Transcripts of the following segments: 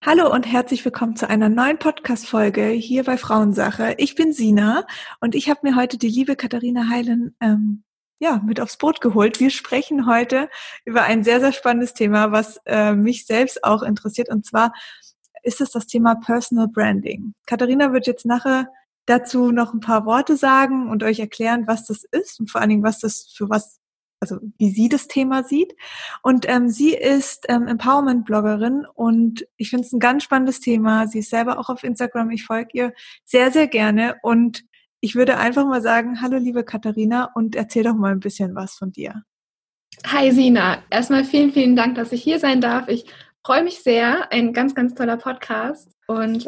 Hallo und herzlich willkommen zu einer neuen Podcast-Folge hier bei Frauensache. Ich bin Sina und ich habe mir heute die liebe Katharina Heilen mit aufs Boot geholt. Wir sprechen heute über ein sehr, sehr spannendes Thema, was mich selbst auch interessiert, und zwar ist es das Thema Personal Branding. Katharina wird jetzt nachher dazu noch ein paar Worte sagen und euch erklären, was das ist und vor allen Dingen, also wie sie das Thema sieht. Und sie ist Empowerment-Bloggerin und ich finde es ein ganz spannendes Thema. Sie ist selber auch auf Instagram. Ich folge ihr sehr, sehr gerne und ich würde einfach mal sagen, hallo liebe Katharina, und erzähl doch mal ein bisschen was von dir. Hi Sina, erstmal vielen, vielen Dank, dass ich hier sein darf. Ich freue mich sehr, ein ganz, ganz toller Podcast. Und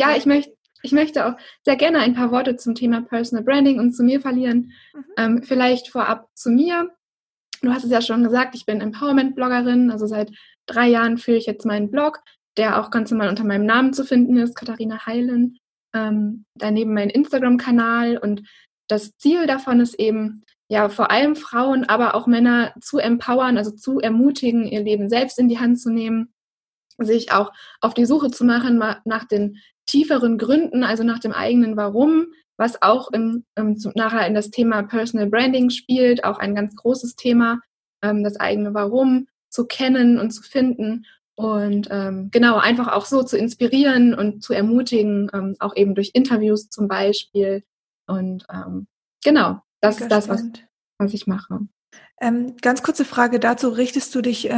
ich möchte auch sehr gerne ein paar Worte zum Thema Personal Branding und zu mir verlieren. Vielleicht vorab zu mir. Du hast es ja schon gesagt, ich bin Empowerment-Bloggerin, also seit 3 Jahren führe ich jetzt meinen Blog, der auch ganz normal unter meinem Namen zu finden ist, Katharina Heilen. Daneben mein Instagram-Kanal, und das Ziel davon ist eben, ja, vor allem Frauen, aber auch Männer zu empowern, also zu ermutigen, ihr Leben selbst in die Hand zu nehmen, sich auch auf die Suche zu machen nach den tieferen Gründen, also nach dem eigenen Warum, was auch nachher in das Thema Personal Branding spielt, auch ein ganz großes Thema, das eigene Warum zu kennen und zu finden und genau, einfach auch so zu inspirieren und zu ermutigen, auch eben durch Interviews zum Beispiel. Und genau, das ist das, was ich mache. Ganz kurze Frage dazu, richtest du dich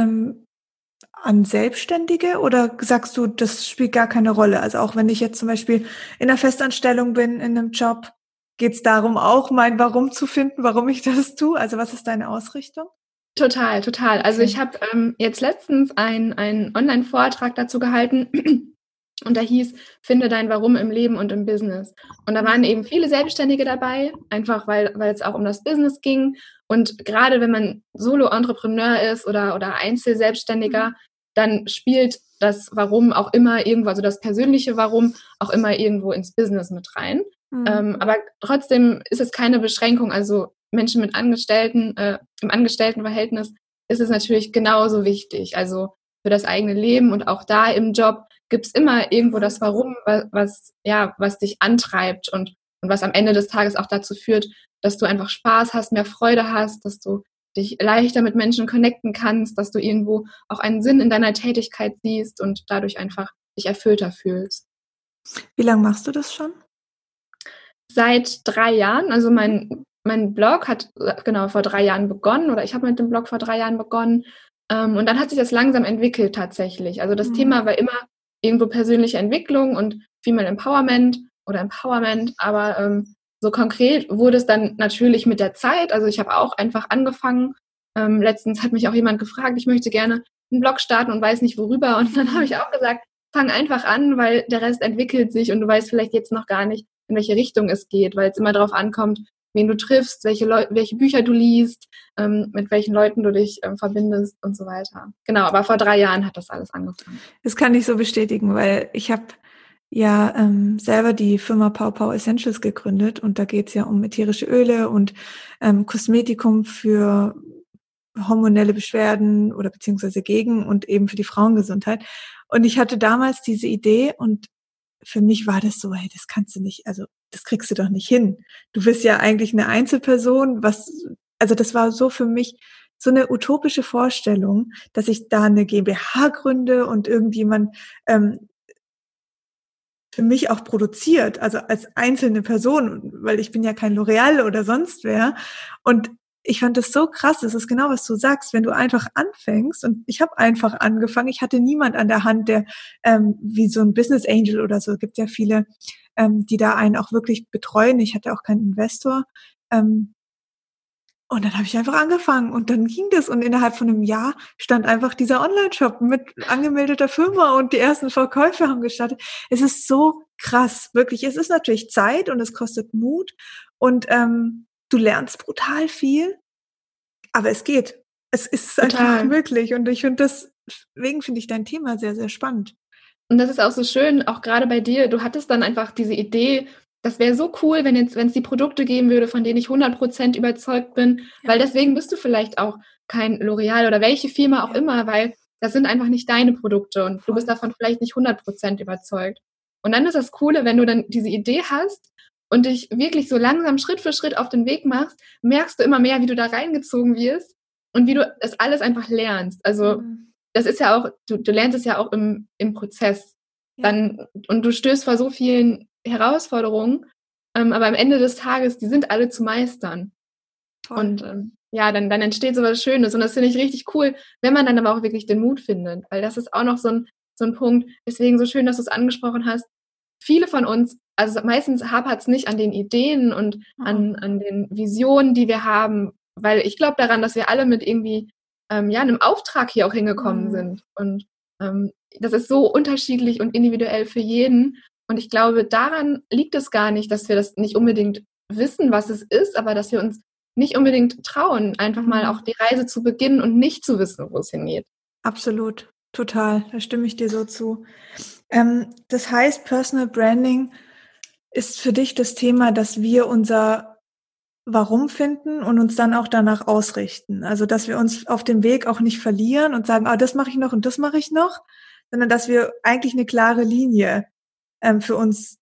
an Selbstständige oder sagst du, das spielt gar keine Rolle? Also auch wenn ich jetzt zum Beispiel in einer Festanstellung bin, in einem Job, geht es darum, auch mein Warum zu finden, warum ich das tue? Also was ist deine Ausrichtung? Total, total. Also ich habe jetzt letztens einen Online-Vortrag dazu gehalten und da hieß, finde dein Warum im Leben und im Business. Und da waren eben viele Selbstständige dabei, einfach weil es auch um das Business ging. Und gerade wenn man Solo-Entrepreneur ist oder Einzelselbstständiger, dann spielt das Warum auch immer irgendwo, also das persönliche Warum auch immer irgendwo ins Business mit rein. Aber trotzdem ist es keine Beschränkung. Also Menschen mit Angestellten, im Angestelltenverhältnis ist es natürlich genauso wichtig. Also für das eigene Leben und auch da im Job gibt es immer irgendwo das Warum, was dich antreibt und was am Ende des Tages auch dazu führt, dass du einfach Spaß hast, mehr Freude hast, dass du dich leichter mit Menschen connecten kannst, dass du irgendwo auch einen Sinn in deiner Tätigkeit siehst und dadurch einfach dich erfüllter fühlst. Wie lange machst du das schon? Seit 3 Jahren, also mein Blog hat genau vor 3 Jahren begonnen, oder ich habe mit dem Blog vor 3 Jahren begonnen, und dann hat sich das langsam entwickelt tatsächlich. Also das Thema war immer irgendwo persönliche Entwicklung und Female Empowerment oder Empowerment, aber so konkret wurde es dann natürlich mit der Zeit. Also ich habe auch einfach angefangen. Letztens hat mich auch jemand gefragt, ich möchte gerne einen Blog starten und weiß nicht worüber, und dann habe ich auch gesagt, fang einfach an, weil der Rest entwickelt sich und du weißt vielleicht jetzt noch gar nicht, in welche Richtung es geht, weil es immer darauf ankommt, wen du triffst, welche Bücher du liest, mit welchen Leuten du dich verbindest und so weiter. Genau, aber vor 3 Jahren hat das alles angefangen. Das kann ich so bestätigen, weil ich habe ja selber die Firma Pow Essentials gegründet, und da geht es ja um ätherische Öle und Kosmetikum für hormonelle Beschwerden oder beziehungsweise gegen und eben für die Frauengesundheit. Und ich hatte damals diese Idee, und für mich war das so, hey, das kannst du nicht, also das kriegst du doch nicht hin. Du bist ja eigentlich eine Einzelperson, also das war so für mich so eine utopische Vorstellung, dass ich da eine GmbH gründe und irgendjemand für mich auch produziert, also als einzelne Person, weil ich bin ja kein L'Oreal oder sonst wer. Und ich fand das so krass, das ist genau, was du sagst, wenn du einfach anfängst, und ich habe einfach angefangen, ich hatte niemand an der Hand, der wie so ein Business Angel oder so, es gibt ja viele, die da einen auch wirklich betreuen, ich hatte auch keinen Investor, und dann habe ich einfach angefangen und dann ging das, und innerhalb von einem Jahr stand einfach dieser Online-Shop mit angemeldeter Firma und die ersten Verkäufe haben gestartet. Es ist so krass, wirklich. Es ist natürlich Zeit und es kostet Mut und du lernst brutal viel, aber es geht. Es ist einfach möglich, und deswegen finde ich dein Thema sehr, sehr spannend. Und das ist auch so schön, auch gerade bei dir, du hattest dann einfach diese Idee, das wäre so cool, wenn es die Produkte geben würde, von denen ich 100% überzeugt bin, weil deswegen bist du vielleicht auch kein L'Oreal oder welche Firma auch immer, weil das sind einfach nicht deine Produkte und du bist davon vielleicht nicht 100% überzeugt. Und dann ist das Coole, wenn du dann diese Idee hast und dich wirklich so langsam Schritt für Schritt auf den Weg machst, merkst du immer mehr, wie du da reingezogen wirst und wie du das alles einfach lernst. Also das ist ja auch, du lernst es ja auch im Prozess. Dann, und du stößt vor so vielen Herausforderungen, aber am Ende des Tages, die sind alle zu meistern. Toll. Und dann entsteht so was Schönes. Und das finde ich richtig cool, wenn man dann aber auch wirklich den Mut findet. Weil das ist auch noch so ein Punkt, deswegen so schön, dass du es angesprochen hast. Viele von uns, also meistens hapert es nicht an den Ideen und an den Visionen, die wir haben, weil ich glaube daran, dass wir alle mit irgendwie einem Auftrag hier auch hingekommen sind. Und das ist so unterschiedlich und individuell für jeden. Und ich glaube, daran liegt es gar nicht, dass wir das nicht unbedingt wissen, was es ist, aber dass wir uns nicht unbedingt trauen, einfach mal auch die Reise zu beginnen und nicht zu wissen, wo es hingeht. Absolut, total, da stimme ich dir so zu. Das heißt, Personal Branding ist für dich das Thema, dass wir unser Warum finden und uns dann auch danach ausrichten. Also, dass wir uns auf dem Weg auch nicht verlieren und sagen, das mache ich noch und das mache ich noch, sondern dass wir eigentlich eine klare Linie für uns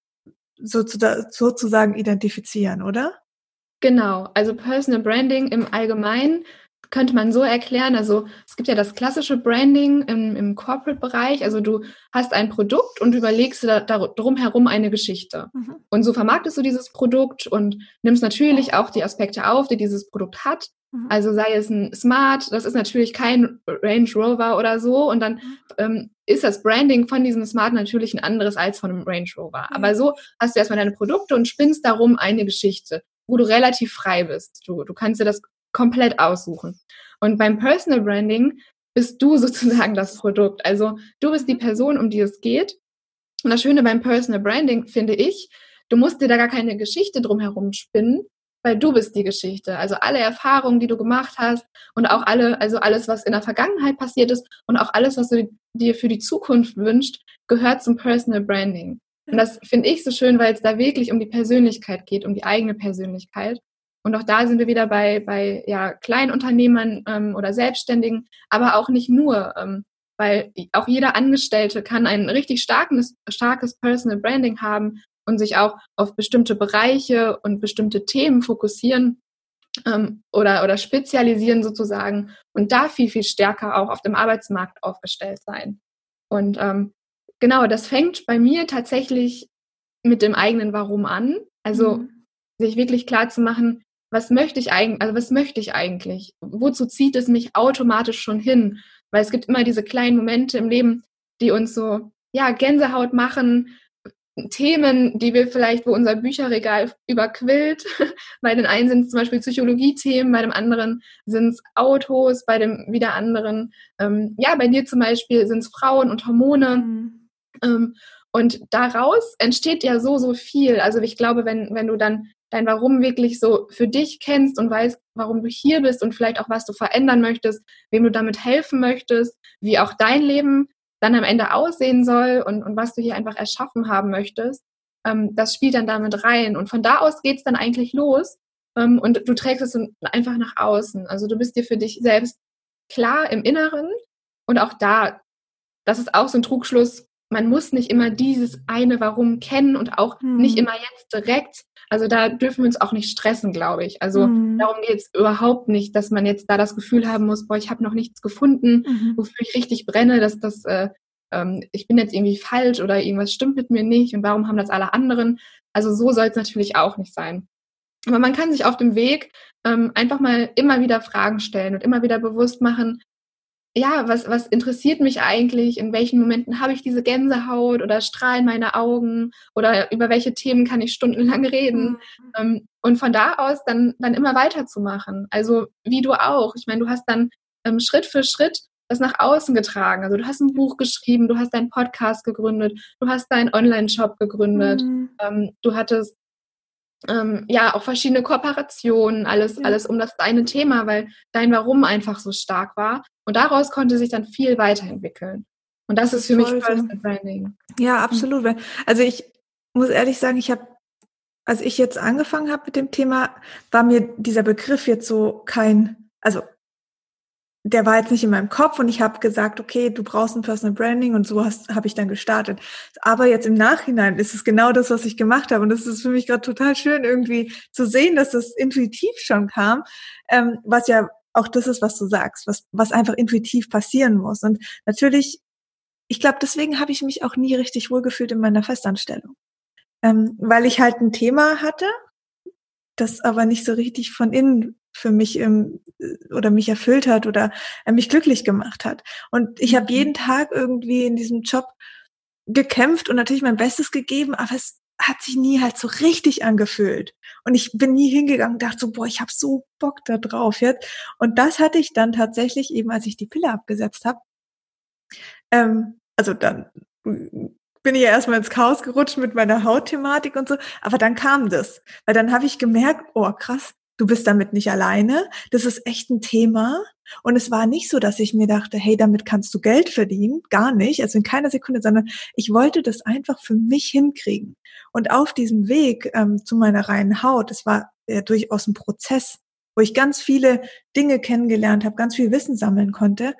sozusagen identifizieren, oder? Genau, also Personal Branding im Allgemeinen könnte man so erklären, also es gibt ja das klassische Branding im Corporate-Bereich, also du hast ein Produkt und überlegst da drumherum eine Geschichte. Und so vermarktest du dieses Produkt und nimmst natürlich auch die Aspekte auf, die dieses Produkt hat. Also sei es ein Smart, das ist natürlich kein Range Rover oder so und dann ist das Branding von diesem Smart natürlich ein anderes als von einem Range Rover. Aber so hast du erstmal deine Produkte und spinnst darum eine Geschichte, wo du relativ frei bist. Du kannst dir das komplett aussuchen. Und beim Personal Branding bist du sozusagen das Produkt. Also du bist die Person, um die es geht. Und das Schöne beim Personal Branding, finde ich, du musst dir da gar keine Geschichte drumherum spinnen, weil du bist die Geschichte. Also alle Erfahrungen, die du gemacht hast und auch alles, was in der Vergangenheit passiert ist und auch alles, was du dir für die Zukunft wünschst, gehört zum Personal Branding. Und das finde ich so schön, weil es da wirklich um die Persönlichkeit geht, um die eigene Persönlichkeit. Und auch da sind wir wieder bei Kleinunternehmern oder Selbstständigen, aber auch nicht nur, weil auch jeder Angestellte kann ein richtig starkes Personal Branding haben und sich auch auf bestimmte Bereiche und bestimmte Themen fokussieren oder spezialisieren sozusagen und da viel, viel stärker auch auf dem Arbeitsmarkt aufgestellt sein. Und genau, das fängt bei mir tatsächlich mit dem eigenen Warum an. Also sich wirklich klar zu machen, was möchte ich eigentlich? Wozu zieht es mich automatisch schon hin? Weil es gibt immer diese kleinen Momente im Leben, die uns so, Gänsehaut machen, Themen, wo unser Bücherregal überquillt. Bei den einen sind es zum Beispiel Psychologie-Themen, bei dem anderen sind es Autos, bei dem wieder anderen, bei dir zum Beispiel sind es Frauen und Hormone. Und daraus entsteht ja so viel. Also ich glaube, wenn du dann dein Warum wirklich so für dich kennst und weißt, warum du hier bist und vielleicht auch, was du verändern möchtest, wem du damit helfen möchtest, wie auch dein Leben dann am Ende aussehen soll und was du hier einfach erschaffen haben möchtest, das spielt dann damit rein. Und von da aus geht es dann eigentlich los und du trägst es einfach nach außen. Also du bist dir für dich selbst klar im Inneren und auch das ist auch so ein Trugschluss, man muss nicht immer dieses eine Warum kennen und auch nicht immer jetzt direkt. Also da dürfen wir uns auch nicht stressen, glaube ich. Also darum geht es überhaupt nicht, dass man jetzt da das Gefühl haben muss, ich habe noch nichts gefunden, wofür ich richtig brenne, ich bin jetzt irgendwie falsch oder irgendwas stimmt mit mir nicht und warum haben das alle anderen? Also so soll es natürlich auch nicht sein. Aber man kann sich auf dem Weg einfach mal immer wieder Fragen stellen und immer wieder bewusst machen, was interessiert mich eigentlich? In welchen Momenten habe ich diese Gänsehaut oder strahlen meine Augen? Oder über welche Themen kann ich stundenlang reden? Und von da aus dann immer weiterzumachen. Also wie du auch. Ich meine, du hast dann Schritt für Schritt das nach außen getragen. Also du hast ein Buch geschrieben, du hast deinen Podcast gegründet, du hast deinen Online-Shop gegründet, du hattest auch verschiedene Kooperationen, alles um das deine Thema, weil dein Warum einfach so stark war. Und daraus konnte sich dann viel weiterentwickeln. Und das ist für mich Personal Branding. Ja, absolut. Also ich muss ehrlich sagen, als ich jetzt angefangen habe mit dem Thema, war mir dieser Begriff jetzt so der war jetzt nicht in meinem Kopf und ich habe gesagt, okay, du brauchst ein Personal Branding und so habe ich dann gestartet. Aber jetzt im Nachhinein ist es genau das, was ich gemacht habe und das ist für mich gerade total schön irgendwie zu sehen, dass das intuitiv schon kam, was ja auch das ist, was du sagst, was einfach intuitiv passieren muss. Und natürlich, ich glaube, deswegen habe ich mich auch nie richtig wohlgefühlt in meiner Festanstellung, weil ich halt ein Thema hatte, das aber nicht so richtig von innen für mich oder mich erfüllt hat oder mich glücklich gemacht hat. Und ich habe jeden Tag irgendwie in diesem Job gekämpft und natürlich mein Bestes gegeben, aber es hat sich nie halt so richtig angefühlt. Und ich bin nie hingegangen und dachte so, boah, ich habe so Bock da drauf jetzt. Und das hatte ich dann tatsächlich eben, als ich die Pille abgesetzt habe. Also dann bin ich ja erstmal ins Chaos gerutscht mit meiner Hautthematik und so, aber dann kam das, weil dann habe ich gemerkt, oh krass, du bist damit nicht alleine, das ist echt ein Thema und es war nicht so, dass ich mir dachte, hey, damit kannst du Geld verdienen, gar nicht, also in keiner Sekunde, sondern ich wollte das einfach für mich hinkriegen und auf diesem Weg zu meiner reinen Haut, das war ja durchaus ein Prozess, wo ich ganz viele Dinge kennengelernt habe, ganz viel Wissen sammeln konnte,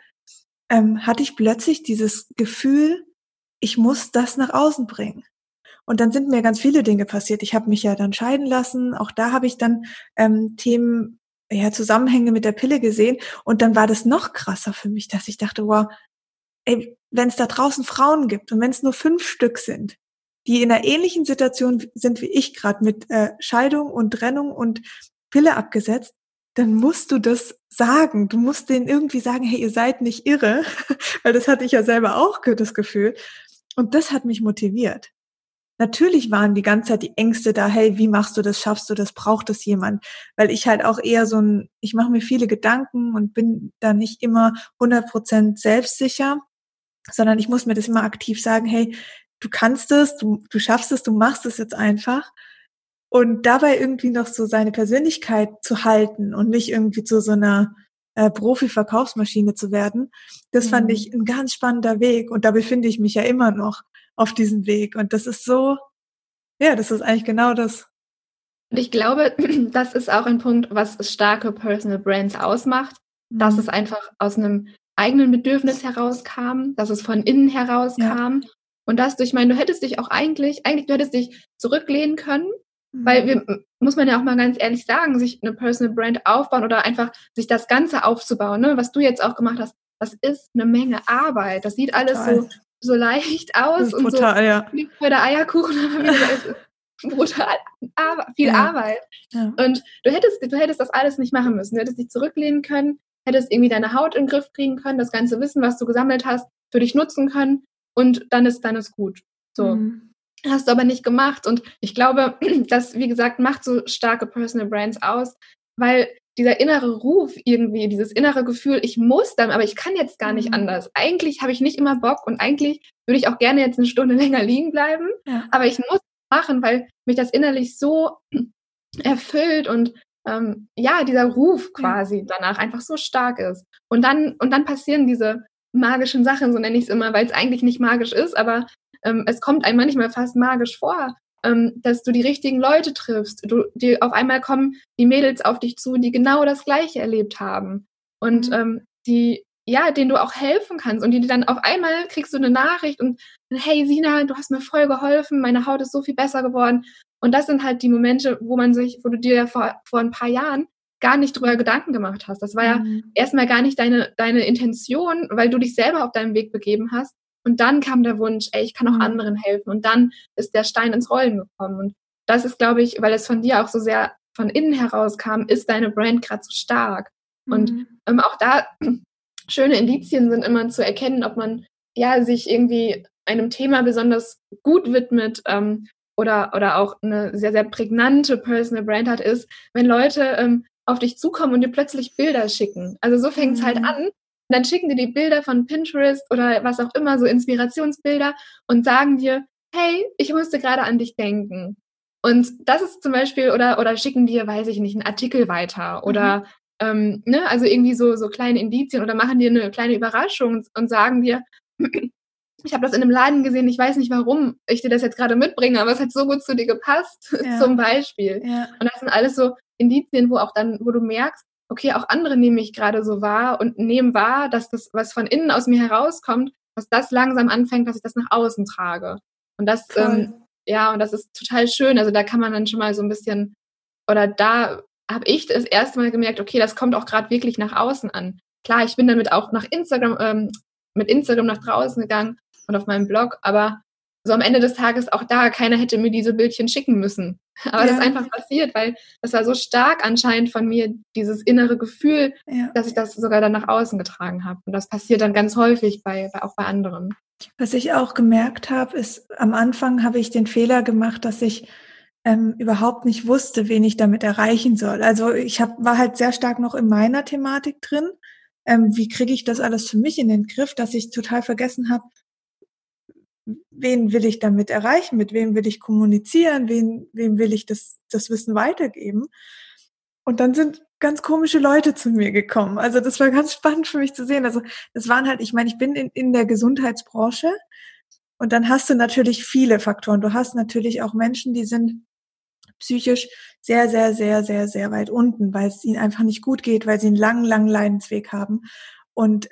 hatte ich plötzlich dieses Gefühl, ich muss das nach außen bringen. Und dann sind mir ganz viele Dinge passiert. Ich habe mich ja dann scheiden lassen. Auch da habe ich dann Themen, ja, Zusammenhänge mit der Pille gesehen. Und dann war das noch krasser für mich, dass ich dachte, wow, ey, wenn es da draußen Frauen gibt und wenn es nur 5 Stück sind, die in einer ähnlichen Situation sind wie ich gerade mit Scheidung und Trennung und Pille abgesetzt, dann musst du das sagen. Du musst denen irgendwie sagen, hey, ihr seid nicht irre, weil das hatte ich ja selber auch das Gefühl. Und das hat mich motiviert. Natürlich waren die ganze Zeit die Ängste da, hey, wie machst du das, schaffst du das, braucht das jemand? Weil ich halt auch eher ich mache mir viele Gedanken und bin da nicht immer 100% selbstsicher, sondern ich muss mir das immer aktiv sagen, hey, du kannst es, du schaffst es, du machst es jetzt einfach. Und dabei irgendwie noch so seine Persönlichkeit zu halten und nicht irgendwie zu so einer Profi-Verkaufsmaschine zu werden, das fand ich ein ganz spannender Weg. Und da befinde ich mich ja immer noch auf diesem Weg. Und das ist so, ja, das ist eigentlich genau das. Und ich glaube, das ist auch ein Punkt, was starke Personal Brands ausmacht, dass es einfach aus einem eigenen Bedürfnis herauskam, dass es von innen herauskam. Ja. Und dass ich meine, du hättest dich auch eigentlich, du hättest dich zurücklehnen können, weil muss man ja auch mal ganz ehrlich sagen, sich eine Personal Brand aufbauen oder einfach sich das Ganze aufzubauen, ne, was du jetzt auch gemacht hast, das ist eine Menge Arbeit. Das sieht alles so leicht aus und brutal, so ja. Bei der Eierkuchen, brutal, viel Arbeit. Ja. Und du hättest das alles nicht machen müssen. Du hättest dich zurücklehnen können, hättest irgendwie deine Haut in den Griff kriegen können, das ganze Wissen, was du gesammelt hast, für dich nutzen können und dann ist gut. So. Hast du aber nicht gemacht. Und ich glaube, das, wie gesagt, macht so starke Personal Brands aus, weil dieser innere Ruf irgendwie, dieses innere Gefühl, ich muss dann, aber ich kann jetzt gar nicht anders. Eigentlich habe ich nicht immer Bock und eigentlich würde ich auch gerne jetzt eine Stunde länger liegen bleiben, aber ich muss machen, weil mich das innerlich so erfüllt und dieser Ruf quasi danach einfach so stark ist. Und dann passieren diese magischen Sachen, so nenne ich es immer, weil es eigentlich nicht magisch ist, aber es kommt einem manchmal fast magisch vor, dass du die richtigen Leute triffst. Auf einmal kommen die Mädels auf dich zu, die genau das Gleiche erlebt haben und denen du auch helfen kannst und die dann auf einmal kriegst du eine Nachricht und hey Sina, du hast mir voll geholfen, meine Haut ist so viel besser geworden. Und das sind halt die Momente, wo du dir ja vor ein paar Jahren gar nicht drüber Gedanken gemacht hast. Das war ja erstmal gar nicht deine Intention, weil du dich selber auf deinem Weg begeben hast. Und dann kam der Wunsch, ey, ich kann auch anderen helfen. Und dann ist der Stein ins Rollen gekommen. Und das ist, glaube ich, weil es von dir auch so sehr von innen heraus kam, ist deine Brand gerade so stark. Und auch da schöne Indizien sind immer zu erkennen, ob man sich irgendwie einem Thema besonders gut widmet oder auch eine sehr, sehr prägnante Personal Brand hat, ist, wenn Leute auf dich zukommen und dir plötzlich Bilder schicken. Also so fängt es halt an. Und dann schicken dir die Bilder von Pinterest oder was auch immer, so Inspirationsbilder und sagen dir, hey, ich musste gerade an dich denken. Und das ist zum Beispiel, oder schicken dir, weiß ich nicht, einen Artikel weiter oder also irgendwie so kleine Indizien oder machen dir eine kleine Überraschung und sagen dir, ich habe das in einem Laden gesehen, ich weiß nicht, warum ich dir das jetzt gerade mitbringe, aber es hat so gut zu dir gepasst, zum Beispiel. Ja. Und das sind alles so Indizien, wo du merkst, okay, auch andere nehmen mich gerade so wahr und nehmen wahr, dass das, was von innen aus mir herauskommt, dass das langsam anfängt, dass ich das nach außen trage. Und das, Voll. und das ist total schön. Also da kann man dann schon mal so ein bisschen, oder da habe ich das erste Mal gemerkt, okay, das kommt auch gerade wirklich nach außen an. Klar, ich bin damit auch mit Instagram nach draußen gegangen und auf meinem Blog, aber so am Ende des Tages auch da, keiner hätte mir diese Bildchen schicken müssen. Aber das ist einfach passiert, weil das war so stark anscheinend von mir, dieses innere Gefühl, dass ich das sogar dann nach außen getragen habe. Und das passiert dann ganz häufig auch bei anderen. Was ich auch gemerkt habe, ist, am Anfang habe ich den Fehler gemacht, dass ich überhaupt nicht wusste, wen ich damit erreichen soll. Also war halt sehr stark noch in meiner Thematik drin. Wie kriege ich das alles für mich in den Griff, dass ich total vergessen habe, wen will ich damit erreichen, mit wem will ich kommunizieren, wem will ich das Wissen weitergeben. Und dann sind ganz komische Leute zu mir gekommen. Also das war ganz spannend für mich zu sehen. Also das waren halt, ich meine, ich bin in der Gesundheitsbranche und dann hast du natürlich viele Faktoren. Du hast natürlich auch Menschen, die sind psychisch sehr, sehr, sehr, sehr, sehr weit unten, weil es ihnen einfach nicht gut geht, weil sie einen langen, langen Leidensweg haben. Und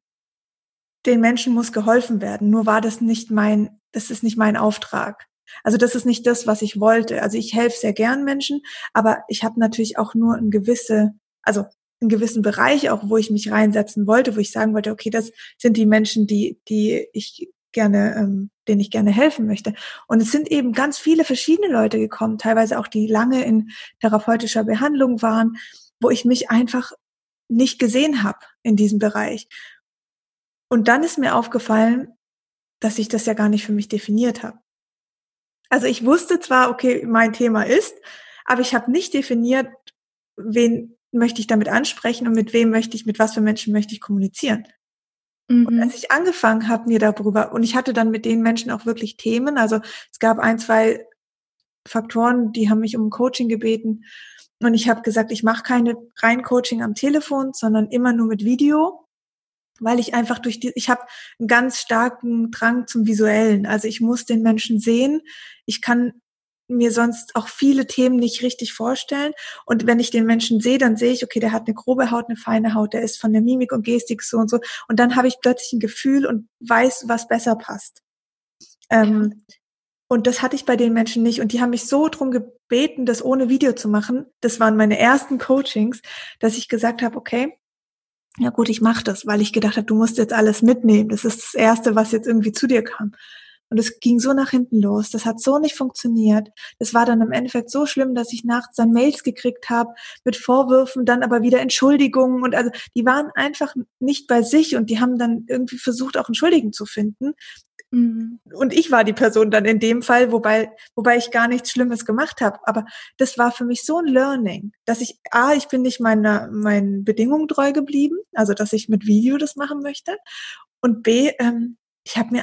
den Menschen muss geholfen werden. Nur war das das ist nicht mein Auftrag. Also das ist nicht das, was ich wollte. Also ich helfe sehr gern Menschen, aber ich habe natürlich auch nur einen gewissen Bereich auch, wo ich mich reinsetzen wollte, wo ich sagen wollte, okay, das sind die Menschen, denen ich gerne helfen möchte. Und es sind eben ganz viele verschiedene Leute gekommen, teilweise auch die lange in therapeutischer Behandlung waren, wo ich mich einfach nicht gesehen habe in diesem Bereich. Und dann ist mir aufgefallen, dass ich das ja gar nicht für mich definiert habe. Also ich wusste zwar, okay, mein Thema ist, aber ich habe nicht definiert, wen möchte ich damit ansprechen und mit was für Menschen möchte ich kommunizieren. Und als ich angefangen habe, und ich hatte dann mit den Menschen auch wirklich Themen, also es gab 2 Faktoren, die haben mich um Coaching gebeten und ich habe gesagt, ich mache keine rein Coaching am Telefon, sondern immer nur mit Video, weil ich einfach ich habe einen ganz starken Drang zum Visuellen. Also ich muss den Menschen sehen. Ich kann mir sonst auch viele Themen nicht richtig vorstellen. Und wenn ich den Menschen sehe, dann sehe ich, okay, der hat eine grobe Haut, eine feine Haut, der ist von der Mimik und Gestik so und so. Und dann habe ich plötzlich ein Gefühl und weiß, was besser passt. Und das hatte ich bei den Menschen nicht. Und die haben mich so drum gebeten, das ohne Video zu machen. Das waren meine ersten Coachings, dass ich gesagt habe, okay, ja gut, ich mache das, weil ich gedacht habe, du musst jetzt alles mitnehmen. Das ist das Erste, was jetzt irgendwie zu dir kam. Und es ging so nach hinten los. Das hat so nicht funktioniert. Das war dann im Endeffekt so schlimm, dass ich nachts dann Mails gekriegt habe mit Vorwürfen, dann aber wieder Entschuldigungen. Und also die waren einfach nicht bei sich und die haben dann irgendwie versucht, auch Entschuldigen zu finden. Und ich war die Person dann in dem Fall, wobei ich gar nichts Schlimmes gemacht habe. Aber das war für mich so ein Learning, dass ich bin nicht meinen Bedingungen treu geblieben, also dass ich mit Video das machen möchte. Und B, ich habe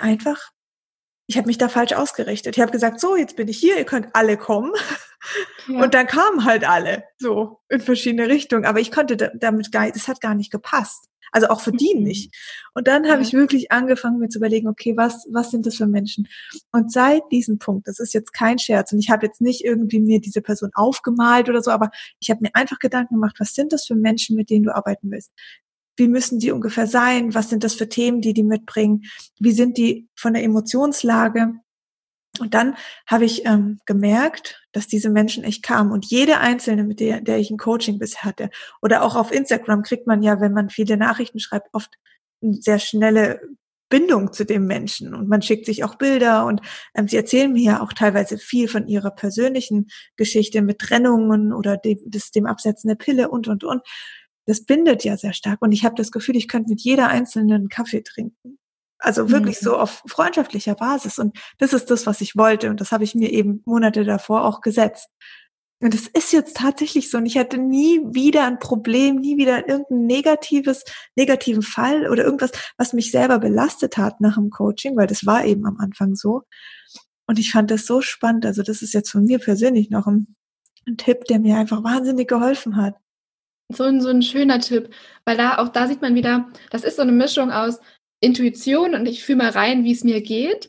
mich da falsch ausgerichtet. Ich habe gesagt, so, jetzt bin ich hier, ihr könnt alle kommen. Ja. Und dann kamen halt alle so in verschiedene Richtungen. Aber ich konnte das hat gar nicht gepasst. Also auch für die nicht. Und dann habe ich wirklich angefangen, mir zu überlegen, okay, was sind das für Menschen? Und seit diesem Punkt, das ist jetzt kein Scherz, und ich habe jetzt nicht irgendwie mir diese Person aufgemalt oder so, aber ich habe mir einfach Gedanken gemacht, was sind das für Menschen, mit denen du arbeiten willst? Wie müssen die ungefähr sein? Was sind das für Themen, die mitbringen? Wie sind die von der Emotionslage? Und dann habe ich gemerkt, dass diese Menschen echt kamen. Und jede einzelne, mit der ich ein Coaching bisher hatte, oder auch auf Instagram kriegt man ja, wenn man viele Nachrichten schreibt, oft eine sehr schnelle Bindung zu dem Menschen. Und man schickt sich auch Bilder und sie erzählen mir ja auch teilweise viel von ihrer persönlichen Geschichte mit Trennungen oder dem Absetzen der Pille und. Das bindet ja sehr stark. Und ich habe das Gefühl, ich könnte mit jeder einzelnen einen Kaffee trinken. Also wirklich so auf freundschaftlicher Basis. Und das ist das, was ich wollte. Und das habe ich mir eben Monate davor auch gesetzt. Und es ist jetzt tatsächlich so. Und ich hatte nie wieder ein Problem, nie wieder irgendeinen negativen Fall oder irgendwas, was mich selber belastet hat nach dem Coaching, weil das war eben am Anfang so. Und ich fand das so spannend. Also das ist jetzt von mir persönlich noch ein Tipp, der mir einfach wahnsinnig geholfen hat. So ein schöner Tipp, weil da sieht man wieder, das ist so eine Mischung aus Intuition und ich fühle mal rein, wie es mir geht.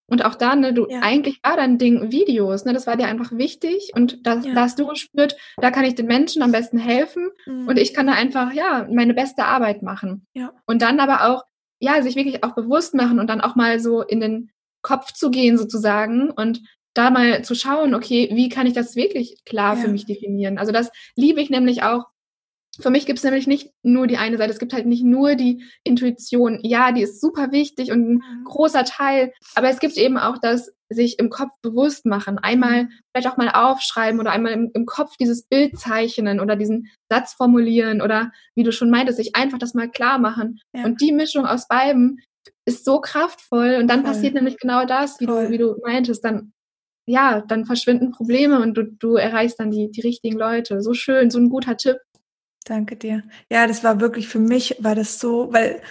Und auch da, ne, eigentlich war dein Ding Videos, ne, das war dir einfach wichtig und da hast du gespürt, da kann ich den Menschen am besten helfen und ich kann da einfach, meine beste Arbeit machen. Ja. Und dann aber auch, sich wirklich auch bewusst machen und dann auch mal so in den Kopf zu gehen sozusagen und da mal zu schauen, okay, wie kann ich das wirklich klar für mich definieren? Also das liebe ich nämlich auch. Für mich gibt es nämlich nicht nur die eine Seite, es gibt halt nicht nur die Intuition. Ja, die ist super wichtig und ein großer Teil, aber es gibt eben auch das sich im Kopf bewusst machen. Einmal vielleicht auch mal aufschreiben oder einmal im Kopf dieses Bild zeichnen oder diesen Satz formulieren oder wie du schon meintest, sich einfach das mal klar machen. Ja. Und die Mischung aus beidem ist so kraftvoll und dann passiert nämlich genau das, wie du meintest, dann verschwinden Probleme und du erreichst dann die richtigen Leute. So schön, so ein guter Tipp. Danke dir. Ja, das war wirklich, für mich war das so, weil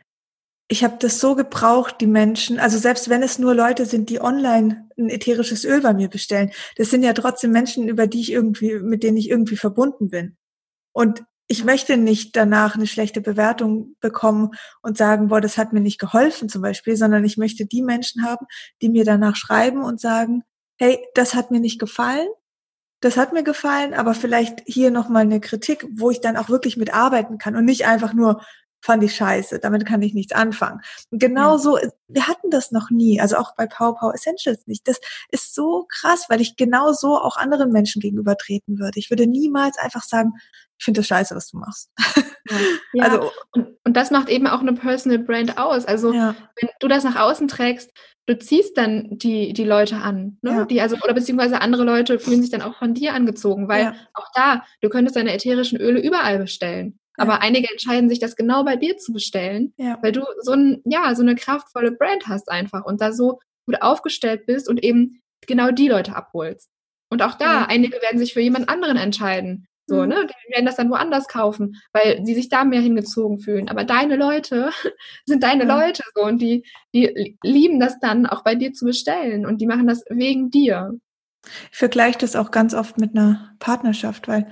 ich habe das so gebraucht, die Menschen, also selbst wenn es nur Leute sind, die online ein ätherisches Öl bei mir bestellen, das sind ja trotzdem Menschen, mit denen ich irgendwie verbunden bin. Und ich möchte nicht danach eine schlechte Bewertung bekommen und sagen, boah, das hat mir nicht geholfen zum Beispiel, sondern ich möchte die Menschen haben, die mir danach schreiben und sagen, hey, das hat mir nicht gefallen. Das hat mir gefallen, aber vielleicht hier nochmal eine Kritik, wo ich dann auch wirklich mitarbeiten kann und nicht einfach nur, fand ich scheiße, damit kann ich nichts anfangen. Und genauso, wir hatten das noch nie, also auch bei Power Essentials nicht. Das ist so krass, weil ich genauso auch anderen Menschen gegenüber treten würde. Ich würde niemals einfach sagen, ich finde das scheiße, was du machst. Ja, also, und das macht eben auch eine Personal Brand aus. Also wenn du das nach außen trägst, du ziehst dann die Leute an, ne? Die oder beziehungsweise andere Leute fühlen sich dann auch von dir angezogen, weil auch da, du könntest deine ätherischen Öle überall bestellen. Aber einige entscheiden sich, das genau bei dir zu bestellen, weil du so eine kraftvolle Brand hast einfach und da so gut aufgestellt bist und eben genau die Leute abholst. Und auch da, einige werden sich für jemand anderen entscheiden. So, ne? Die werden das dann woanders kaufen, weil sie sich da mehr hingezogen fühlen. Aber deine Leute sind deine Leute so und die lieben das dann auch bei dir zu bestellen und die machen das wegen dir. Ich vergleiche das auch ganz oft mit einer Partnerschaft, weil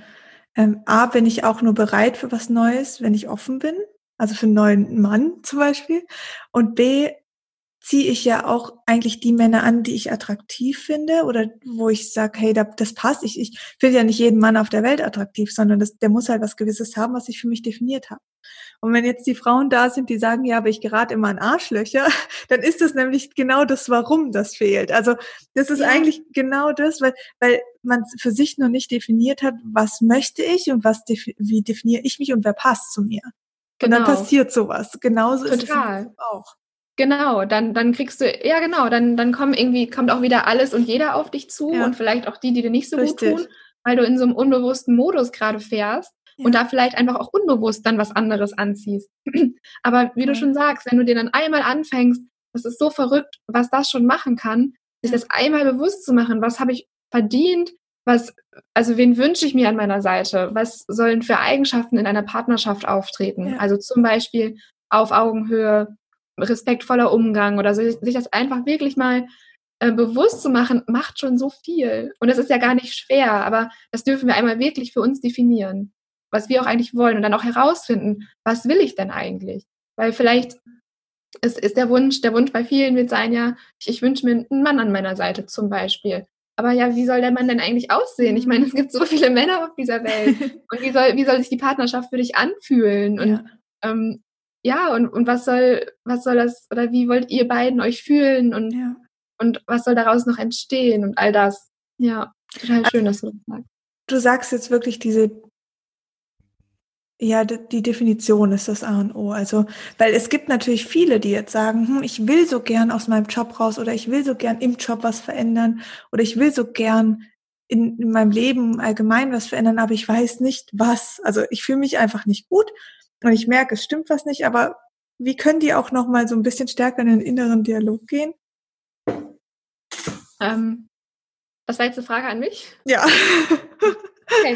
A, bin ich auch nur bereit für was Neues, wenn ich offen bin, also für einen neuen Mann zum Beispiel. Und B, ziehe ich ja auch eigentlich die Männer an, die ich attraktiv finde oder wo ich sage, hey, das passt. Ich finde ja nicht jeden Mann auf der Welt attraktiv, sondern der muss halt was Gewisses haben, was ich für mich definiert habe. Und wenn jetzt die Frauen da sind, die sagen, ja, aber ich gerate immer an Arschlöcher, dann ist das nämlich genau das, warum das fehlt. Also das ist eigentlich genau das, weil man für sich noch nicht definiert hat, was möchte ich und wie definiere ich mich und wer passt zu mir. Und dann passiert sowas. Genauso ist es auch. Genau, dann kriegst du, dann kommt auch wieder alles und jeder auf dich zu und vielleicht auch die dir nicht so gut tun, weil du in so einem unbewussten Modus gerade fährst und da vielleicht einfach auch unbewusst dann was anderes anziehst. Aber wie du schon sagst, wenn du dir dann einmal anfängst, das ist so verrückt, was das schon machen kann, sich das einmal bewusst zu machen, was habe ich verdient, wen wünsche ich mir an meiner Seite, was sollen für Eigenschaften in einer Partnerschaft auftreten, also zum Beispiel auf Augenhöhe, respektvoller Umgang oder sich das einfach wirklich mal bewusst zu machen, macht schon so viel. Und das ist ja gar nicht schwer, aber das dürfen wir einmal wirklich für uns definieren, was wir auch eigentlich wollen und dann auch herausfinden, was will ich denn eigentlich? Weil vielleicht ist der Wunsch bei vielen wird sein, ich wünsche mir einen Mann an meiner Seite zum Beispiel. Aber wie soll der Mann denn eigentlich aussehen? Ich meine, es gibt so viele Männer auf dieser Welt. Und wie soll sich die Partnerschaft für dich anfühlen? Und und was soll das, oder wie wollt ihr beiden euch fühlen und was soll daraus noch entstehen und all das. Ja, total schön, dass du das sagst. Du sagst jetzt wirklich die Definition ist das A und O. Also, weil es gibt natürlich viele, die jetzt sagen, ich will so gern aus meinem Job raus oder ich will so gern im Job was verändern oder ich will so gern in meinem Leben allgemein was verändern, aber ich weiß nicht was. Also ich fühle mich einfach nicht gut. Und ich merke, es stimmt was nicht, aber wie können die auch noch mal so ein bisschen stärker in den inneren Dialog gehen? Das war jetzt eine Frage an mich? Ja. Okay,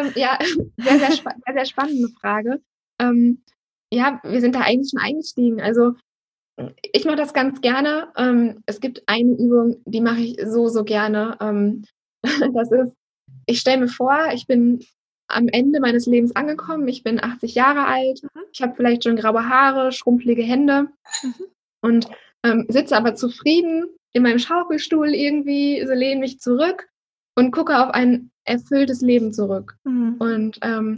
sehr spannende Frage. Wir sind da eigentlich schon eingestiegen. Also ich mache das ganz gerne. Es gibt eine Übung, die mache ich so gerne. Das ist, ich stelle mir vor, ich bin am Ende meines Lebens angekommen. Ich bin 80 Jahre alt. Ich habe vielleicht schon graue Haare, schrumpelige Hände. Und sitze aber zufrieden in meinem Schaukelstuhl irgendwie, so lehne mich zurück und gucke auf ein erfülltes Leben zurück. Und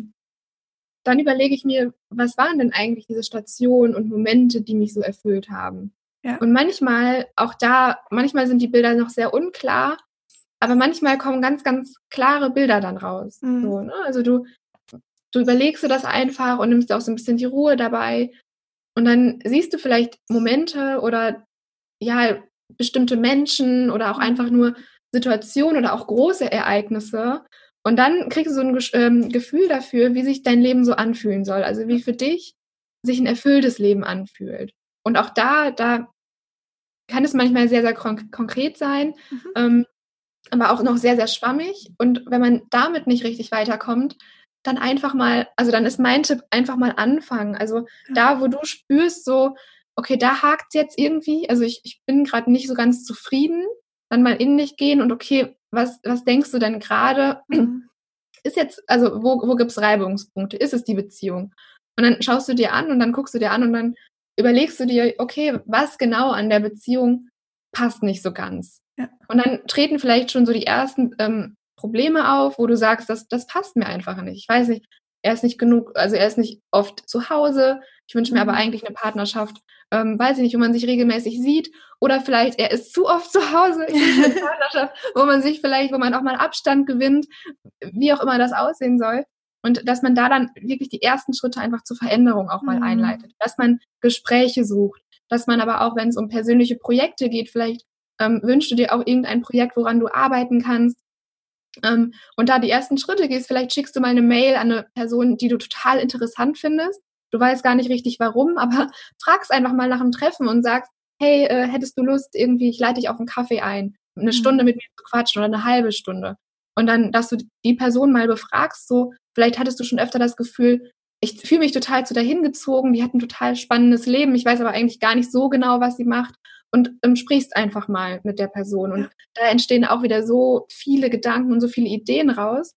dann überlege ich mir, was waren denn eigentlich diese Stationen und Momente, die mich so erfüllt haben? Ja. Und manchmal sind die Bilder noch sehr unklar, aber manchmal kommen ganz, ganz klare Bilder dann raus. So, ne? Also du überlegst dir das einfach und nimmst auch so ein bisschen die Ruhe dabei. Und dann siehst du vielleicht Momente oder ja, bestimmte Menschen oder auch einfach nur Situationen oder auch große Ereignisse. Und dann kriegst du so ein Gefühl dafür, wie sich dein Leben so anfühlen soll. Also wie für dich sich ein erfülltes Leben anfühlt. Und auch da kann es manchmal sehr, sehr konkret sein, aber auch noch sehr, sehr schwammig. Und wenn man damit nicht richtig weiterkommt, dann dann ist mein Tipp, einfach mal anfangen. Also da, wo du spürst, so, okay, da hakt es jetzt irgendwie, also ich bin gerade nicht so ganz zufrieden, dann mal in dich gehen und okay, was denkst du denn gerade? Ist jetzt, also wo gibt es Reibungspunkte? Ist es die Beziehung? Und dann schaust du dir an und dann guckst du dir an und dann überlegst du dir, okay, was genau an der Beziehung passt nicht so ganz? Ja. Und dann treten vielleicht schon so die ersten Probleme auf, wo du sagst, das passt mir einfach nicht. Ich weiß nicht, er ist nicht oft zu Hause. Ich wünsche mir aber eigentlich eine Partnerschaft, weiß ich nicht, wo man sich regelmäßig sieht. Oder vielleicht, er ist zu oft zu Hause. Ich wünsche mir eine Partnerschaft, wo man auch mal Abstand gewinnt, wie auch immer das aussehen soll. Und dass man da dann wirklich die ersten Schritte einfach zur Veränderung auch mal einleitet. Dass man Gespräche sucht. Dass man aber auch, wenn es um persönliche Projekte geht, vielleicht wünschst du dir auch irgendein Projekt, woran du arbeiten kannst. Und da die ersten Schritte gehst, vielleicht schickst du mal eine Mail an eine Person, die du total interessant findest. Du weißt gar nicht richtig warum, aber fragst einfach mal nach einem Treffen und sagst, hey, hättest du Lust, irgendwie, ich lade dich auf einen Kaffee ein, eine Stunde mit mir zu quatschen oder eine halbe Stunde. Und dann, dass du die Person mal befragst, so, vielleicht hattest du schon öfter das Gefühl, ich fühle mich total zu der hingezogen, die hat ein total spannendes Leben, ich weiß aber eigentlich gar nicht so genau, was sie macht. Und sprichst einfach mal mit der Person. Und da entstehen auch wieder so viele Gedanken und so viele Ideen raus.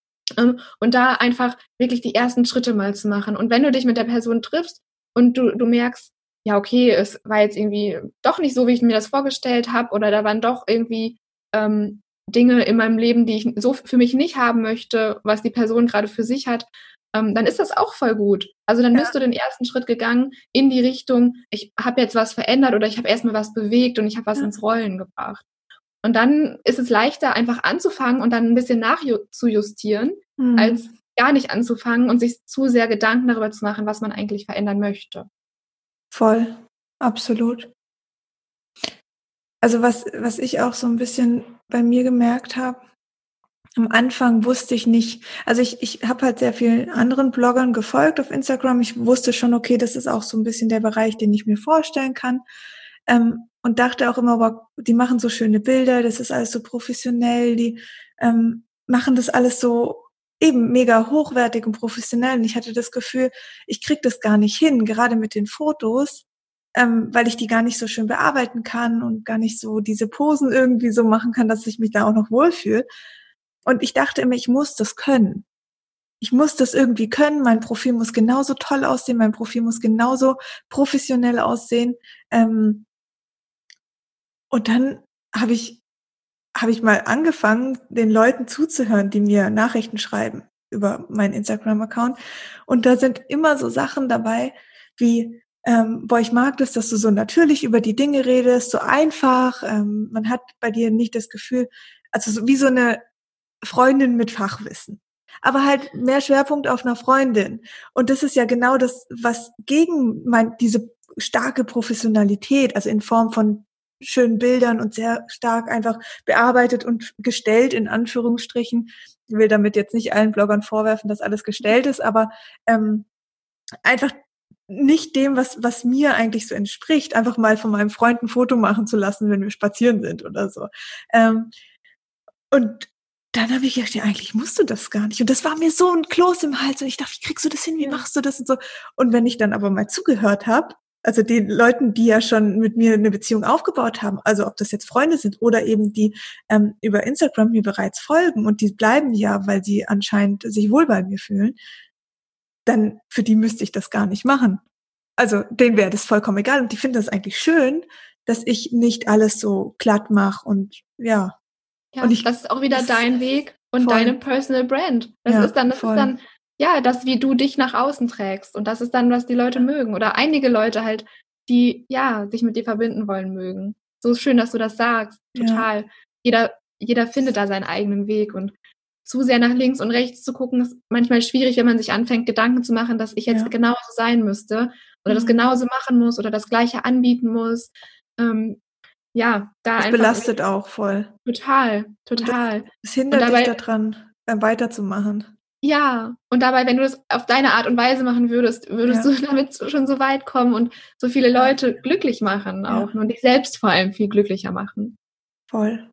Und da einfach wirklich die ersten Schritte mal zu machen. Und wenn du dich mit der Person triffst und du merkst, ja, okay, es war jetzt irgendwie doch nicht so, wie ich mir das vorgestellt habe, oder da waren doch irgendwie Dinge in meinem Leben, die ich so für mich nicht haben möchte, was die Person gerade für sich hat, dann ist das auch voll gut. Also dann bist du den ersten Schritt gegangen in die Richtung, ich habe jetzt was verändert oder ich habe erstmal was bewegt und ich habe was ins Rollen gebracht. Und dann ist es leichter, einfach anzufangen und dann ein bisschen nachzujustieren, als gar nicht anzufangen und sich zu sehr Gedanken darüber zu machen, was man eigentlich verändern möchte. Voll, absolut. Also was ich auch so ein bisschen bei mir gemerkt habe, am Anfang wusste ich nicht, also ich habe halt sehr vielen anderen Bloggern gefolgt auf Instagram. Ich wusste schon, okay, das ist auch so ein bisschen der Bereich, den ich mir vorstellen kann. Und dachte auch immer, wow, die machen so schöne Bilder, das ist alles so professionell, die machen das alles so eben mega hochwertig und professionell. Und ich hatte das Gefühl, ich krieg das gar nicht hin, gerade mit den Fotos, weil ich die gar nicht so schön bearbeiten kann und gar nicht so diese Posen irgendwie so machen kann, dass ich mich da auch noch wohlfühle. Und ich dachte immer, ich muss das können. Ich muss das irgendwie können. Mein Profil muss genauso toll aussehen. Mein Profil muss genauso professionell aussehen. Und dann habe ich mal angefangen, den Leuten zuzuhören, die mir Nachrichten schreiben über meinen Instagram-Account. Und da sind immer so Sachen dabei, wie, boah, ich mag das, dass du so natürlich über die Dinge redest, so einfach. Man hat bei dir nicht das Gefühl, also so wie so eine Freundin mit Fachwissen. Aber halt mehr Schwerpunkt auf einer Freundin. Und das ist ja genau das, was gegen diese starke Professionalität, also in Form von schönen Bildern und sehr stark einfach bearbeitet und gestellt, in Anführungsstrichen. Ich will damit jetzt nicht allen Bloggern vorwerfen, dass alles gestellt ist, aber einfach nicht dem, was mir eigentlich so entspricht, einfach mal von meinem Freund ein Foto machen zu lassen, wenn wir spazieren sind oder so. Und dann habe ich gedacht, ja, eigentlich musst du das gar nicht. Und das war mir so ein Kloß im Hals. Und ich dachte, wie kriegst du das hin? Wie machst du das? Und so. Und wenn ich dann aber mal zugehört habe, also den Leuten, die ja schon mit mir eine Beziehung aufgebaut haben, also ob das jetzt Freunde sind oder eben die über Instagram mir bereits folgen und die bleiben ja, weil sie anscheinend sich wohl bei mir fühlen, dann für die müsste ich das gar nicht machen. Also denen wäre das vollkommen egal und die finden das eigentlich schön, dass ich nicht alles so glatt mache und ja. Ja, Und das ist auch wieder dein Weg und voll. deine Personal Brand. Das ist dann, ja, das, wie du dich nach außen trägst. Und das ist dann, was die Leute mögen. Oder einige Leute halt, die, ja, sich mit dir verbinden wollen mögen. So schön, dass du das sagst. Total. Jeder findet da seinen eigenen Weg. Und zu sehr nach links und rechts zu gucken, ist manchmal schwierig, wenn man sich anfängt, Gedanken zu machen, dass ich jetzt genauso sein müsste oder das genauso machen muss oder das Gleiche anbieten muss. Ja, da das einfach. Belastet auch voll. Total. Es hindert dich daran, weiterzumachen. Ja, und dabei, wenn du das auf deine Art und Weise machen würdest du damit schon so weit kommen und so viele Leute glücklich machen auch und dich selbst vor allem viel glücklicher machen. Voll.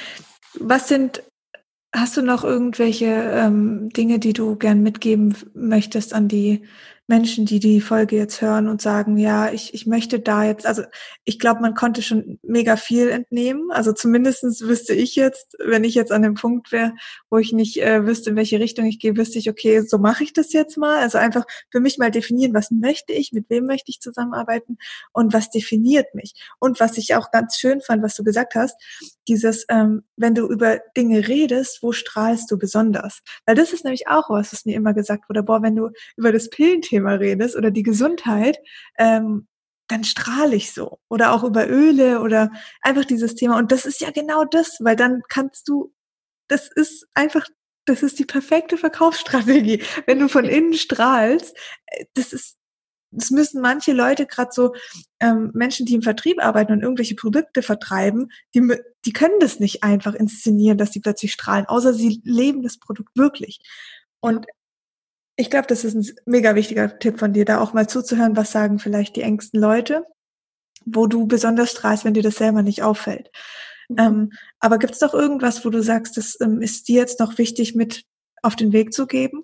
Hast du noch irgendwelche Dinge, die du gern mitgeben möchtest an die Menschen, die die Folge jetzt hören und sagen, ja, ich möchte da jetzt, also ich glaube, man konnte schon mega viel entnehmen. Also zumindestens wüsste ich jetzt, wenn ich jetzt an dem Punkt wäre, wo ich nicht wüsste, in welche Richtung ich gehe, wüsste ich, okay, so mache ich das jetzt mal. Also einfach für mich mal definieren, was möchte ich, mit wem möchte ich zusammenarbeiten und was definiert mich. Und was ich auch ganz schön fand, was du gesagt hast, dieses, wenn du über Dinge redest, wo strahlst du besonders? Weil das ist nämlich auch was mir immer gesagt wurde, wenn du über das Pillenthema redest oder die Gesundheit, dann strahle ich so. Oder auch über Öle oder einfach dieses Thema. Und das ist ja genau das, weil dann das ist die perfekte Verkaufsstrategie. Wenn du von innen strahlst, das müssen manche Leute, gerade so Menschen, die im Vertrieb arbeiten und irgendwelche Produkte vertreiben, die können das nicht einfach inszenieren, dass sie plötzlich strahlen, außer sie leben das Produkt wirklich. Und ich glaube, das ist ein mega wichtiger Tipp von dir, da auch mal zuzuhören, was sagen vielleicht die engsten Leute, wo du besonders strahlst, wenn dir das selber nicht auffällt. Aber gibt es doch irgendwas, wo du sagst, das ist dir jetzt noch wichtig mit auf den Weg zu geben?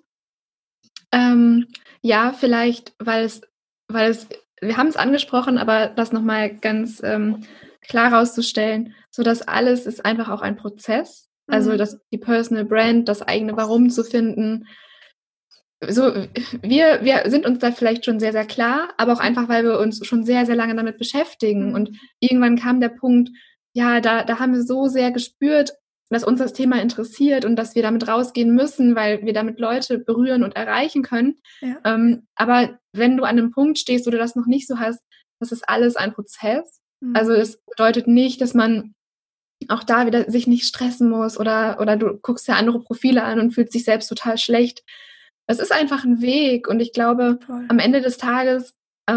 Ja, vielleicht, weil es, wir haben es angesprochen, aber das nochmal ganz klar rauszustellen, so dass alles ist einfach auch ein Prozess. Also die Personal Brand, das eigene Warum zu finden. So, wir sind uns da vielleicht schon sehr, sehr klar, aber auch einfach, weil wir uns schon sehr, sehr lange damit beschäftigen. Und irgendwann kam der Punkt, ja, da haben wir so sehr gespürt, dass uns das Thema interessiert und dass wir damit rausgehen müssen, weil wir damit Leute berühren und erreichen können. Ja. Aber wenn du an einem Punkt stehst, wo du das noch nicht so hast, das ist alles ein Prozess. Also es bedeutet nicht, dass man auch da wieder sich nicht stressen muss oder du guckst ja andere Profile an und fühlst dich selbst total schlecht. Es ist einfach ein Weg und ich glaube, am Ende des Tages,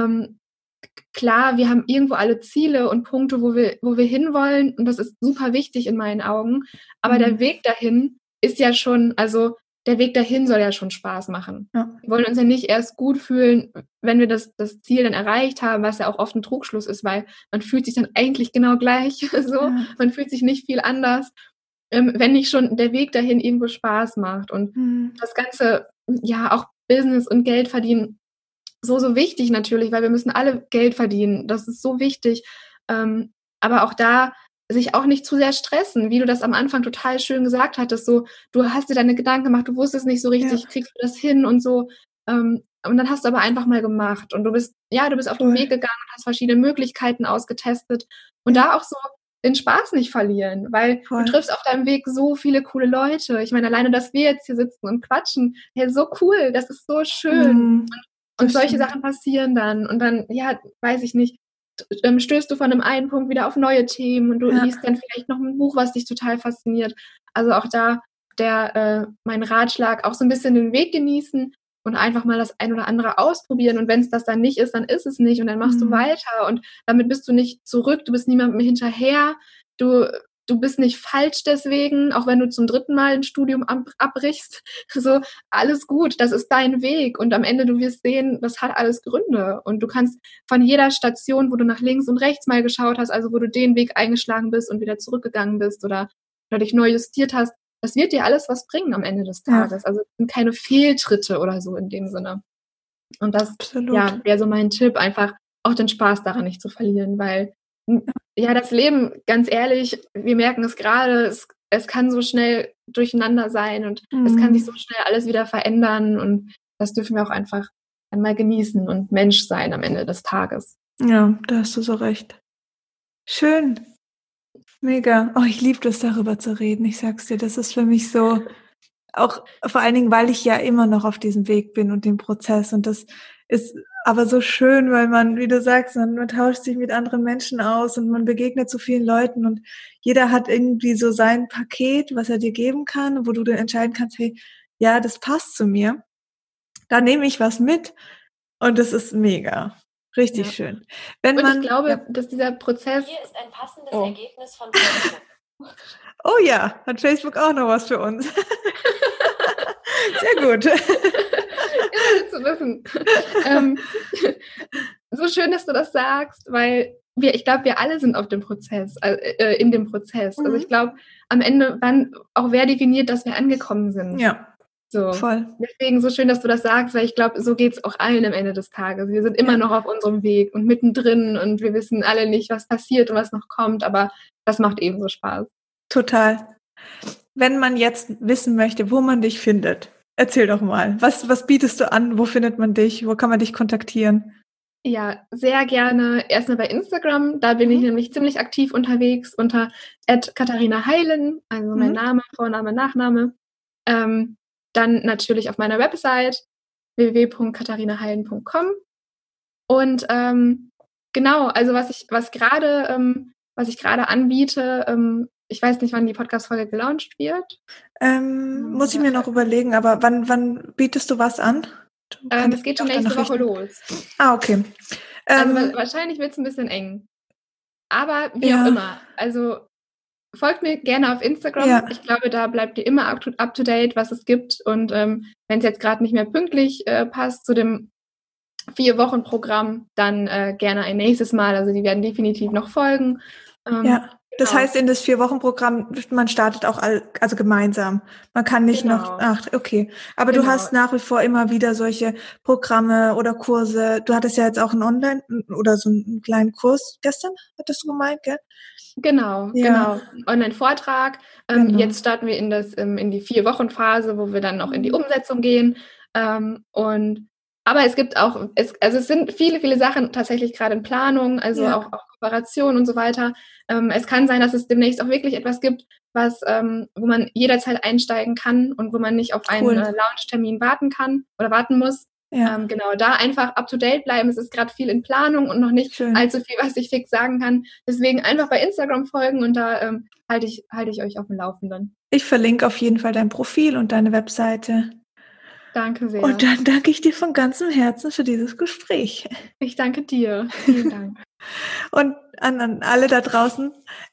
klar, wir haben irgendwo alle Ziele und Punkte, wo wir hinwollen und das ist super wichtig in meinen Augen, aber der Weg dahin ist ja schon, also der Weg dahin soll ja schon Spaß machen. Ja. Wir wollen uns ja nicht erst gut fühlen, wenn wir das Ziel dann erreicht haben, was ja auch oft ein Trugschluss ist, weil man fühlt sich dann eigentlich genau gleich so, man fühlt sich nicht viel anders, wenn nicht schon der Weg dahin irgendwo Spaß macht und das Ganze, ja, auch Business und Geld verdienen, so wichtig natürlich, weil wir müssen alle Geld verdienen. Das ist so wichtig. Aber auch da sich auch nicht zu sehr stressen, wie du das am Anfang total schön gesagt hattest. So, du hast dir deine Gedanken gemacht, du wusstest nicht so richtig, kriegst du das hin und so. Und dann hast du aber einfach mal gemacht und du bist auf den Weg gegangen und hast verschiedene Möglichkeiten ausgetestet und da auch so den Spaß nicht verlieren, weil du triffst auf deinem Weg so viele coole Leute. Ich meine, alleine, dass wir jetzt hier sitzen und quatschen, ja, so cool, das ist so schön. Und solche Sachen passieren dann. Und dann, ja, weiß ich nicht, stößt du von einem einen Punkt wieder auf neue Themen und du liest dann vielleicht noch ein Buch, was dich total fasziniert. Also auch da mein Ratschlag, auch so ein bisschen den Weg genießen und einfach mal das ein oder andere ausprobieren. Und wenn es das dann nicht ist, dann ist es nicht. Und dann machst du weiter. Und damit bist du nicht zurück, du bist niemandem hinterher. Du bist nicht falsch deswegen, auch wenn du zum 3. Mal ein Studium abbrichst. So, alles gut, das ist dein Weg. Und am Ende, du wirst sehen, das hat alles Gründe. Und du kannst von jeder Station, wo du nach links und rechts mal geschaut hast, also wo du den Weg eingeschlagen bist und wieder zurückgegangen bist oder dich neu justiert hast, das wird dir alles was bringen am Ende des Tages. Also es sind keine Fehltritte oder so in dem Sinne. Und das wäre so mein Tipp, einfach auch den Spaß daran nicht zu verlieren, weil ja, das Leben, ganz ehrlich, wir merken es gerade, es kann so schnell durcheinander sein und es kann sich so schnell alles wieder verändern und das dürfen wir auch einfach einmal genießen und Mensch sein am Ende des Tages. Ja, da hast du so recht. Schön. Mega. Oh, ich liebe das, darüber zu reden. Ich sag's dir, das ist für mich so, auch vor allen Dingen, weil ich ja immer noch auf diesem Weg bin und dem Prozess. Und das ist aber so schön, weil man, wie du sagst, man tauscht sich mit anderen Menschen aus und man begegnet so vielen Leuten und jeder hat irgendwie so sein Paket, was er dir geben kann, wo du dann entscheiden kannst, hey, ja, das passt zu mir. Da nehme ich was mit und das ist mega. Richtig schön. Und ich glaube, dass dieser Prozess... Hier ist ein passendes Ergebnis von Facebook. Oh ja, hat Facebook auch noch was für uns. Sehr gut. Immer zu wissen. So schön, dass du das sagst, weil ich glaube, wir alle sind auf dem Prozess, in dem Prozess. Also ich glaube, am Ende, wer definiert, dass wir angekommen sind. Ja, so. Voll. Deswegen so schön, dass du das sagst, weil ich glaube, so geht es auch allen am Ende des Tages. Wir sind immer noch auf unserem Weg und mittendrin und wir wissen alle nicht, was passiert und was noch kommt, aber das macht ebenso Spaß. Total. Wenn man jetzt wissen möchte, wo man dich findet, erzähl doch mal. Was bietest du an? Wo findet man dich? Wo kann man dich kontaktieren? Ja, sehr gerne. Erstmal bei Instagram. Da bin ich nämlich ziemlich aktiv unterwegs unter @Katharina-Heilen, also mein Name, Vorname, Nachname. Dann natürlich auf meiner Website www.katharinaheilen.com. Und genau, also was ich gerade anbiete, ich weiß nicht, wann die Podcast-Folge gelauncht wird. Muss ich mir noch überlegen, aber wann bietest du was an? Das geht schon nächste Woche los. Ah, okay. Also wahrscheinlich wird es ein bisschen eng. Aber wie auch immer. Also folgt mir gerne auf Instagram. Ja. Ich glaube, da bleibt ihr immer up to date, was es gibt. Und wenn es jetzt gerade nicht mehr pünktlich passt zu dem 4-Wochen-Programm, dann gerne ein nächstes Mal. Also die werden definitiv noch folgen. Ja. Das heißt, in das 4-Wochen-Programm, man startet auch also gemeinsam. Man kann nicht noch, okay. Aber du hast nach wie vor immer wieder solche Programme oder Kurse. Du hattest ja jetzt auch einen Online- oder so einen kleinen Kurs gestern, hattest du gemeint, gell? Genau. Online-Vortrag. Jetzt starten wir in die 4-Wochen-Phase, wo wir dann noch in die Umsetzung gehen. Aber es gibt auch, es sind viele, viele Sachen tatsächlich gerade in Planung, also auch Kooperation und so weiter. Es kann sein, dass es demnächst auch wirklich etwas gibt, wo man jederzeit einsteigen kann und wo man nicht auf einen Launch-Termin warten muss. Ja. Genau, da einfach up to date bleiben. Es ist gerade viel in Planung und noch nicht allzu viel, was ich fix sagen kann. Deswegen einfach bei Instagram folgen und da halte ich euch auf dem Laufenden. Ich verlinke auf jeden Fall dein Profil und deine Webseite. Danke sehr. Und dann danke ich dir von ganzem Herzen für dieses Gespräch. Ich danke dir. Vielen Dank. Und an alle da draußen,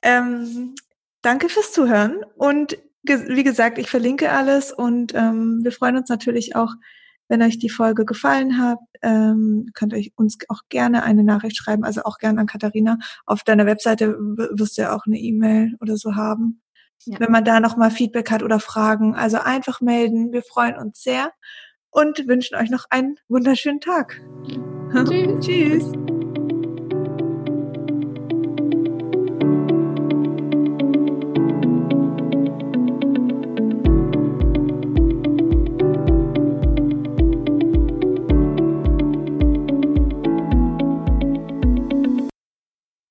danke fürs Zuhören. Und wie gesagt, ich verlinke alles und wir freuen uns natürlich auch, wenn euch die Folge gefallen hat, könnt ihr uns auch gerne eine Nachricht schreiben, also auch gerne an Katharina. Auf deiner Webseite wirst du ja auch eine E-Mail oder so haben. Ja. Wenn man da nochmal Feedback hat oder Fragen, also einfach melden. Wir freuen uns sehr und wünschen euch noch einen wunderschönen Tag. Tschüss. Tschüss.